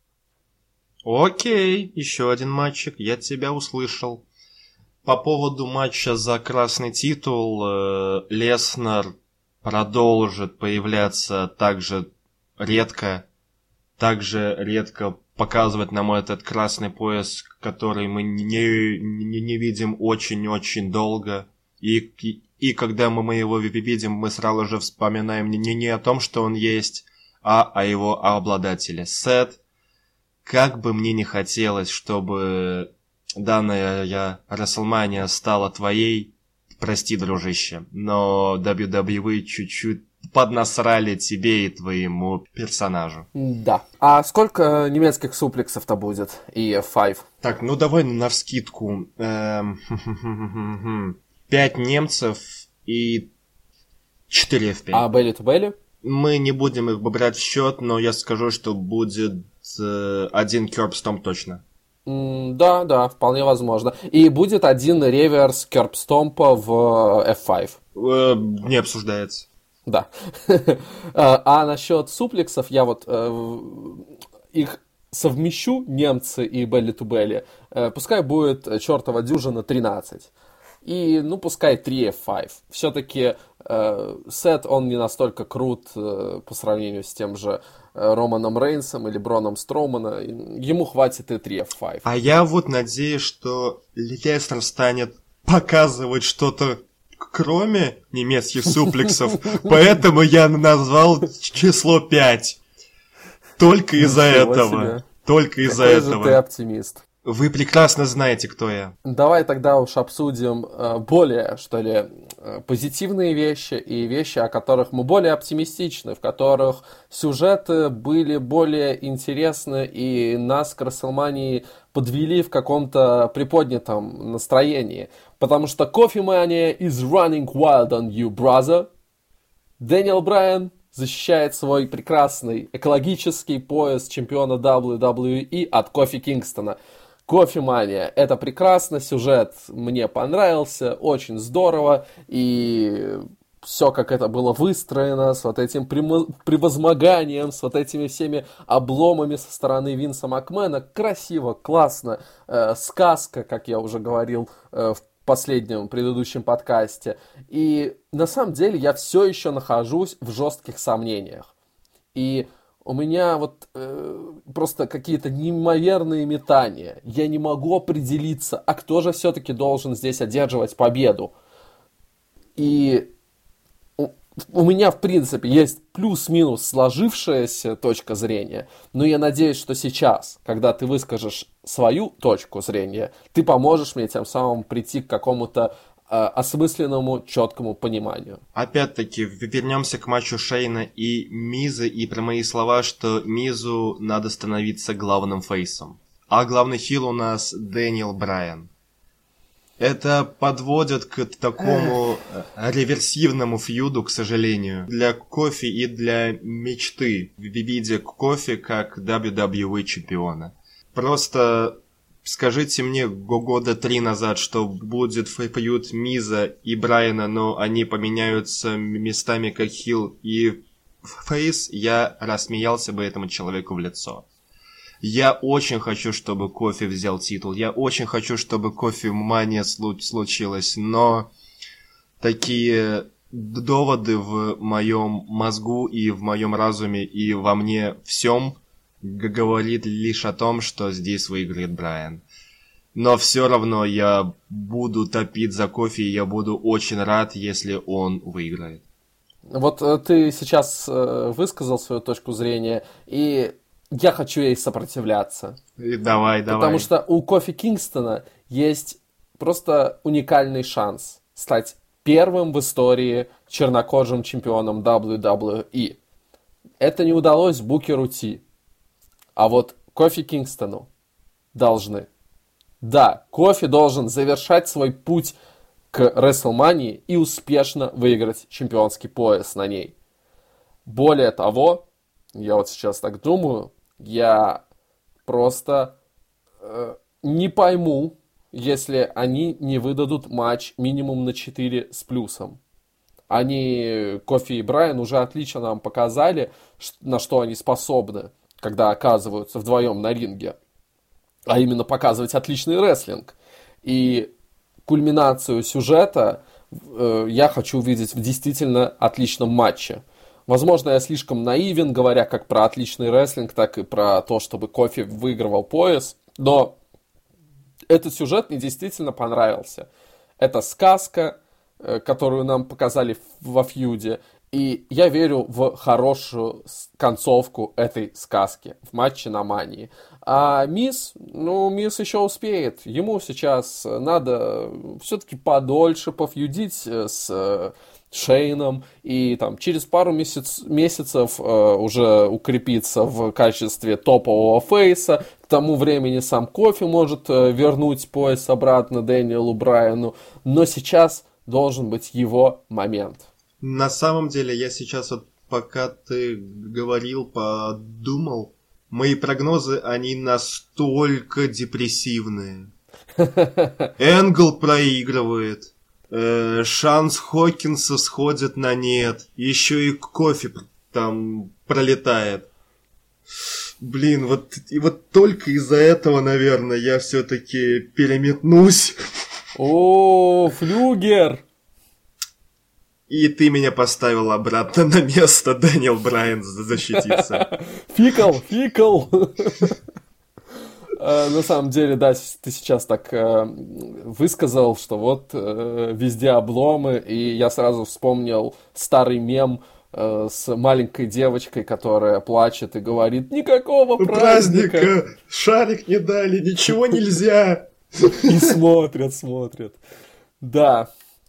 Окей, еще один матчик, я тебя услышал. По поводу матча за красный титул, э, Леснар продолжит появляться также редко, также редко показывать нам этот красный пояс, который мы не, не, не видим очень-очень долго. И, и, и когда мы его видим, мы сразу же вспоминаем не, не о том, что он есть, а о его обладателе. Сет, как бы мне не хотелось, чтобы данная WrestleMania стала твоей, прости, дружище, но дабл ю дабл ю и чуть-чуть поднасрали тебе и твоему персонажу. Да. А сколько немецких суплексов-то будет и эф пять? Так, ну давай навскидку. Эм, пять немцев и четыре эф пять. А белли ту белли? Мы не будем их брать в счет, но я скажу, что будет э, один Кербстом точно. Mm, да, да, вполне возможно. И будет один реверс Кербстомпа в эф пять. Э, не обсуждается. Да. А насчет суплексов, я вот э, их совмещу, немцы и белли ту белли. Э, пускай будет чертова дюжина тринадцать. И, ну, пускай три эф пять. Все-таки э, Сет, он не настолько крут э, по сравнению с тем же э, Романом Рейнсом или Броном Строумана. Ему хватит и три эф пять. А я вот надеюсь, что Леснар станет показывать что-то кроме немецких суплексов, поэтому я назвал число пять. Только из-за этого. Только из-за этого. Ты оптимист. Вы прекрасно знаете, кто я. Давай тогда уж обсудим э, более, что ли, э, позитивные вещи и вещи, о которых мы более оптимистичны, в которых сюжеты были более интересны и нас к WrestleMania подвели в каком-то приподнятом настроении. Потому что Coffee Mania is running wild on you, brother. Дэниел Брайан защищает свой прекрасный экологический пояс чемпиона дабл ю дабл ю и от Кофи Кингстона. Кофе Мания, это прекрасно, сюжет мне понравился, очень здорово, и все, как это было выстроено, с вот этим превозмоганием, с вот этими всеми обломами со стороны Винса Макмена, красиво, классно, э, сказка, как я уже говорил э, в последнем предыдущем подкасте. И на самом деле я все еще нахожусь в жестких сомнениях. И у меня вот э, просто какие-то неимоверные метания. Я не могу определиться, а кто же все-таки должен здесь одерживать победу. И у, у меня, в принципе, есть плюс-минус сложившаяся точка зрения, но я надеюсь, что сейчас, когда ты выскажешь свою точку зрения, ты поможешь мне тем самым прийти к какому-то осмысленному, четкому пониманию. Опять-таки, вернемся к матчу Шейна и Миза, и про мои слова, что Мизу надо становиться главным фейсом. А главный хил у нас Дэниел Брайан. Это подводит к такому реверсивному фьюду, к сожалению, для Кофи и для мечты в виде Кофи как дабл ю дабл ю и чемпиона. Просто скажите мне года три назад, что будет фьюд Миза и Брайана, но они поменяются местами как хил и фейс, я рассмеялся бы этому человеку в лицо. Я очень хочу, чтобы Кофи взял титул. Я очень хочу, чтобы Кофи Мания случилась. Но такие доводы в моем мозгу и в моем разуме и во мне всем говорит лишь о том, что здесь выиграет Брайан. Но все равно я буду топить за Кофи, и я буду очень рад, если он выиграет. Вот ты сейчас высказал свою точку зрения, и я хочу ей сопротивляться. И давай, давай. Потому что у Кофи Кингстона есть просто уникальный шанс стать первым в истории чернокожим чемпионом дабл ю дабл ю и. Это не удалось Букеру Ти. А вот Кофи Кингстону должны. Да, Кофи должен завершать свой путь к WrestleMania и успешно выиграть чемпионский пояс на ней. Более того, я вот сейчас так думаю, я просто э, не пойму, если они не выдадут матч минимум на четыре с плюсом. Они, Кофи и Брайан, уже отлично нам показали, на что они способны, когда оказываются вдвоем на ринге. А именно показывать отличный рестлинг. И кульминацию сюжета э, я хочу увидеть в действительно отличном матче. Возможно, я слишком наивен, говоря как про отличный рестлинг, так и про то, чтобы Кофи выигрывал пояс. Но этот сюжет мне действительно понравился. Это сказка, которую нам показали во фьюде. И я верю в хорошую концовку этой сказки в матче на Мании. А Миз, ну, Миз еще успеет. Ему сейчас надо все-таки подольше пофьюдить с Шейном и там через пару месяц, месяцев э, уже укрепиться в качестве топового фейса. К тому времени сам Кофи может э, вернуть пояс обратно Дэниелу Брайану. Но сейчас должен быть его момент. На самом деле, я сейчас вот, пока ты говорил, подумал, мои прогнозы, они настолько депрессивные. Энгл проигрывает. Э, шанс Хокинса сходит на нет. Еще и Кофи там пролетает. Блин, вот, и вот только из-за этого, наверное, я все-таки переметнусь. О, флюгер! И ты меня поставил обратно на место, Дэниел Брайан защититься. Фикл, фикл! На самом деле, да, ты сейчас так высказал, что вот везде обломы, и я сразу вспомнил старый мем с маленькой девочкой, которая плачет и говорит: никакого праздника! Праздника! Шарик не дали, ничего нельзя! И смотрят, смотрят. Да.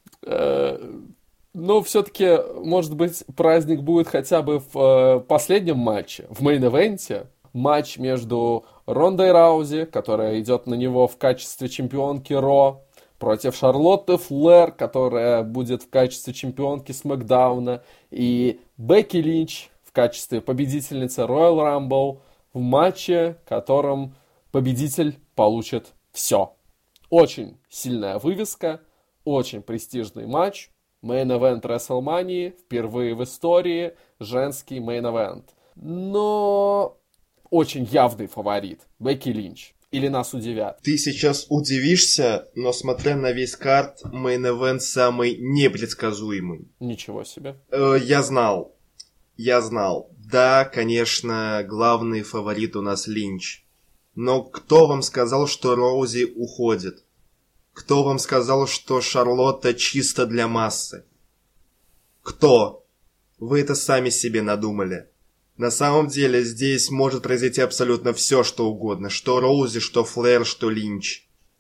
Но все-таки, может быть, праздник будет хотя бы в последнем матче, в мейн-эвенте. Матч между Рондой Раузи, которая идет на него в качестве чемпионки Ро, против Шарлотты Флэр, которая будет в качестве чемпионки Смэкдауна, и Бекки Линч в качестве победительницы Royal Rumble в матче, в котором победитель получит все. Очень сильная вывеска, очень престижный матч. Мейн-эвент WrestleMania, впервые в истории женский мейн-эвент. Но очень явный фаворит Бекки Линч. Или нас удивят? Ты сейчас удивишься, но смотря на весь карт, мейн-эвент самый непредсказуемый. Ничего себе. Э, я знал. Я знал. Да, конечно, главный фаворит у нас Линч. Но кто вам сказал, что Роузи уходит? Кто вам сказал, что Шарлотта чисто для массы? Кто? Вы это сами себе надумали. На самом деле здесь может произойти абсолютно все, что угодно. Что Роузи, что Флэр, что Линч.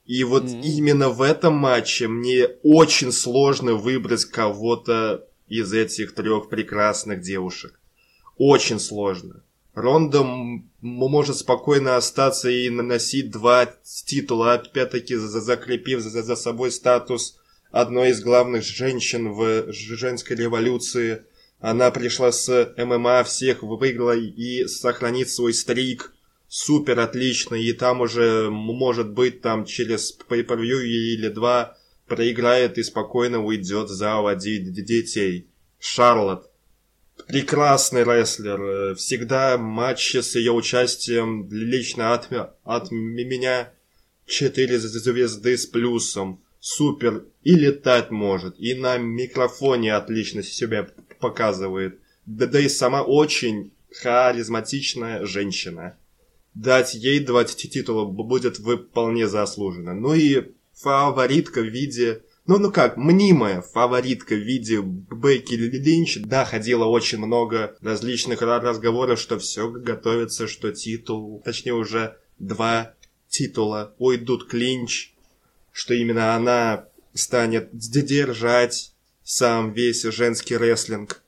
И вот Mm-hmm. именно в этом матче мне очень сложно выбрать кого-то из этих трех прекрасных девушек. Очень сложно. Ронда м- может спокойно остаться и наносить два титула, опять-таки за- закрепив за, за собой статус одной из главных женщин в женской революции. Она пришла с ММА, всех выиграла и сохранит свой стрик. Супер отлично, и там уже, может быть, там через pay-per-view или два проиграет и спокойно уйдет в зал водить детей. Шарлотт. Прекрасный рестлер. Всегда матчи с ее участием лично от, от меня четыре звезды с плюсом. Супер. И летать может. И на микрофоне отлично себя показывает. Да, да и сама очень харизматичная женщина. Дать ей два титула будет вполне заслуженно. Ну и фаворитка в виде... Ну, ну как, мнимая фаворитка в виде Бекки Линч. Да, ходило очень много различных разговоров, что все готовится, что титул, точнее уже два титула уйдут к Линч, что именно она станет держать сам весь женский рестлинг.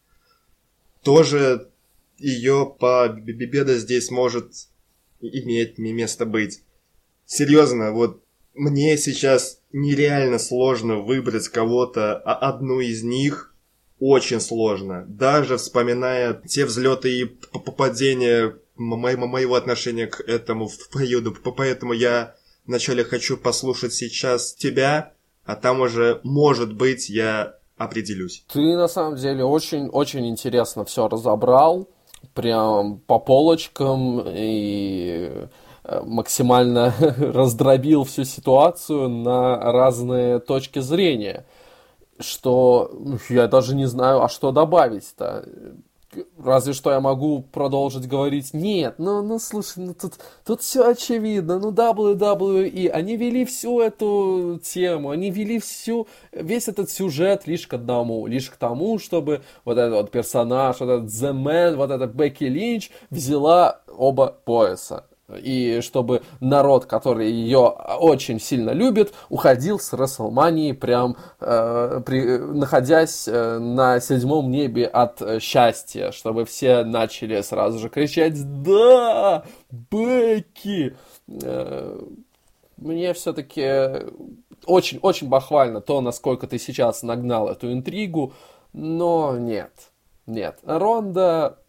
Тоже ее победа здесь может иметь место быть. Серьезно, вот мне сейчас нереально сложно выбрать кого-то, а одну из них очень сложно. Даже вспоминая те взлеты и падения моего, моего отношения к этому периоду. Поэтому я вначале хочу послушать сейчас тебя, а там уже, может быть, я определюсь. Ты на самом деле очень-очень интересно все разобрал. Прям по полочкам и максимально раздробил всю ситуацию на разные точки зрения, что я даже не знаю, а что добавить-то. Разве что я могу продолжить говорить, нет, ну, ну слушай, ну тут, тут все очевидно, ну дабл ю дабл ю и, они вели всю эту тему, они вели всю, весь этот сюжет лишь к одному, лишь к тому, чтобы вот этот вот персонаж, вот этот The Man, вот эта Бекки Линч взяла оба пояса. И чтобы народ, который ее очень сильно любит, уходил с WrestleMania прям э, при, находясь э, на седьмом небе от э, счастья, чтобы все начали сразу же кричать «Да! Бекки!» э, Мне все-таки очень-очень бахвально то, насколько ты сейчас нагнал эту интригу, но нет, нет. Ронда...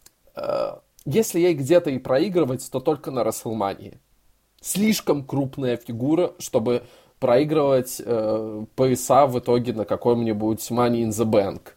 Э, Если ей где-то и проигрывать, то только на WrestleMania. Слишком крупная фигура, чтобы проигрывать э, пояса в итоге на какой-нибудь Money in the Bank.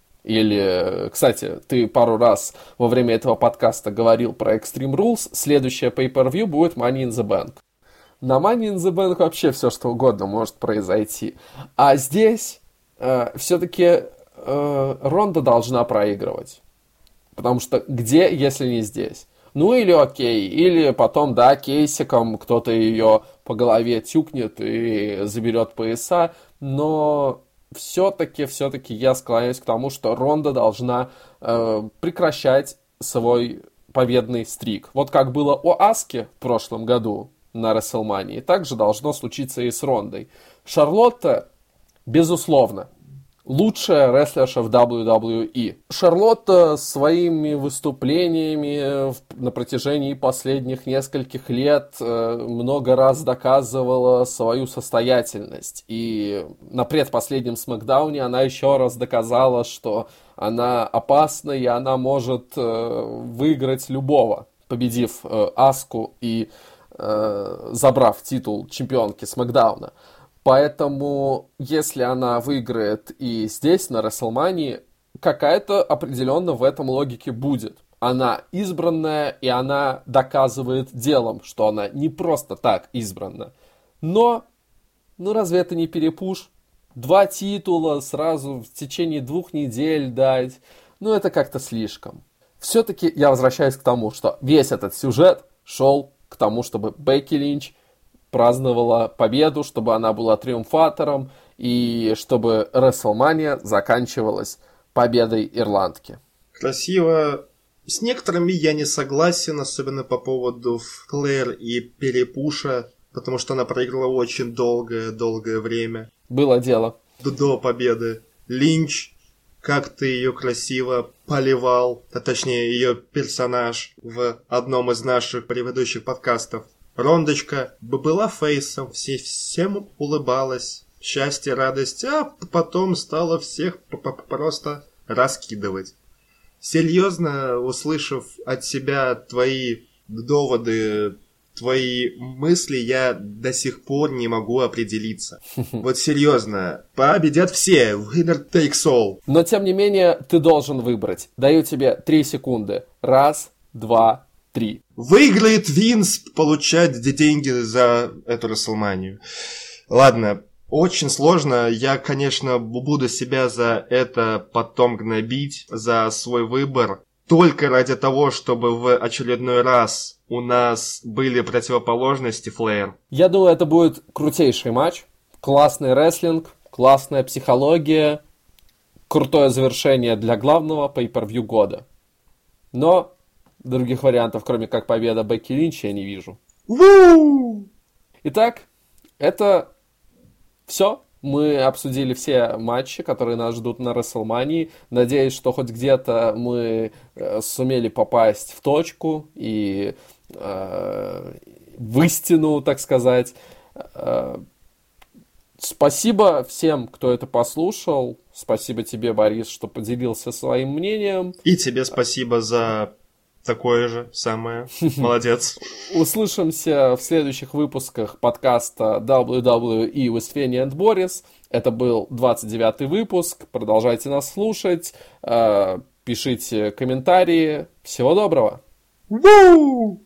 Или, кстати, ты пару раз во время этого подкаста говорил про Extreme Rules. Следующее pay-per-view будет Money in the Bank. На Money in the Bank вообще все что угодно может произойти. А здесь э, все-таки э, Ронда должна проигрывать. Потому что где, если не здесь? Ну или окей, или потом, да, кейсиком кто-то ее по голове тюкнет и заберет пояса, но все-таки, все-таки я склоняюсь к тому, что Ронда должна э, прекращать свой победный стрик. Вот как было у Аски в прошлом году на WrestleMania, так же должно случиться и с Рондой. Шарлотта, безусловно, лучшая рестлерша в дабл ю дабл ю и. Шарлотта своими выступлениями на протяжении последних нескольких лет много раз доказывала свою состоятельность. И на предпоследнем смакдауне она еще раз доказала, что она опасна и она может выиграть любого, победив Аску и забрав титул чемпионки смакдауна. Поэтому, если она выиграет и здесь, на WrestleMania, какая-то определенно в этом логике будет. Она избранная, и она доказывает делом, что она не просто так избрана. Но, ну разве это не перепуш? Два титула сразу в течение двух недель дать, ну это как-то слишком. Все-таки я возвращаюсь к тому, что весь этот сюжет шел к тому, чтобы Бекки Линч праздновала победу, чтобы она была триумфатором, и чтобы WrestleMania заканчивалась победой ирландки. Красиво. С некоторыми я не согласен, особенно по поводу Флэр и перепуша. потому что она проиграла очень долгое-долгое время. Было дело. До, до победы. Линч, как ты ее красиво поливал, а точнее ее персонаж в одном из наших предыдущих подкастов. Рондочка была фейсом, все, всем улыбалась, счастье, радость, а потом стала всех просто раскидывать. Серьезно, услышав от себя твои доводы, твои мысли, я до сих пор не могу определиться. Вот серьезно, победят все, winner takes all. Но тем не менее, ты должен выбрать. Даю тебе три секунды. Раз, два, три. Выиграет Винс получать деньги за эту Расселманию. Ладно. Очень сложно. Я, конечно, буду себя за это потом гнобить, за свой выбор. Только ради того, чтобы в очередной раз у нас были противоположности, Флэр. Я думаю, это будет крутейший матч. Классный рестлинг, классная психология, крутое завершение для главного pay-per-view года. Но других вариантов, кроме как победа Бекки Линч, я не вижу. Ву! Итак, это... Все, мы обсудили все матчи, которые нас ждут на Расселмании. Надеюсь, что хоть где-то мы э, сумели попасть в точку и э, в истину, так сказать. Э, спасибо всем, кто это послушал. Спасибо тебе, Борис, что поделился своим мнением. И тебе спасибо за... Такое же самое. Молодец. Услышимся в следующих выпусках подкаста дабл ю дабл ю и with Фенни and Boris. Это был двадцать девятый выпуск. Продолжайте нас слушать. Пишите комментарии. Всего доброго. Ву!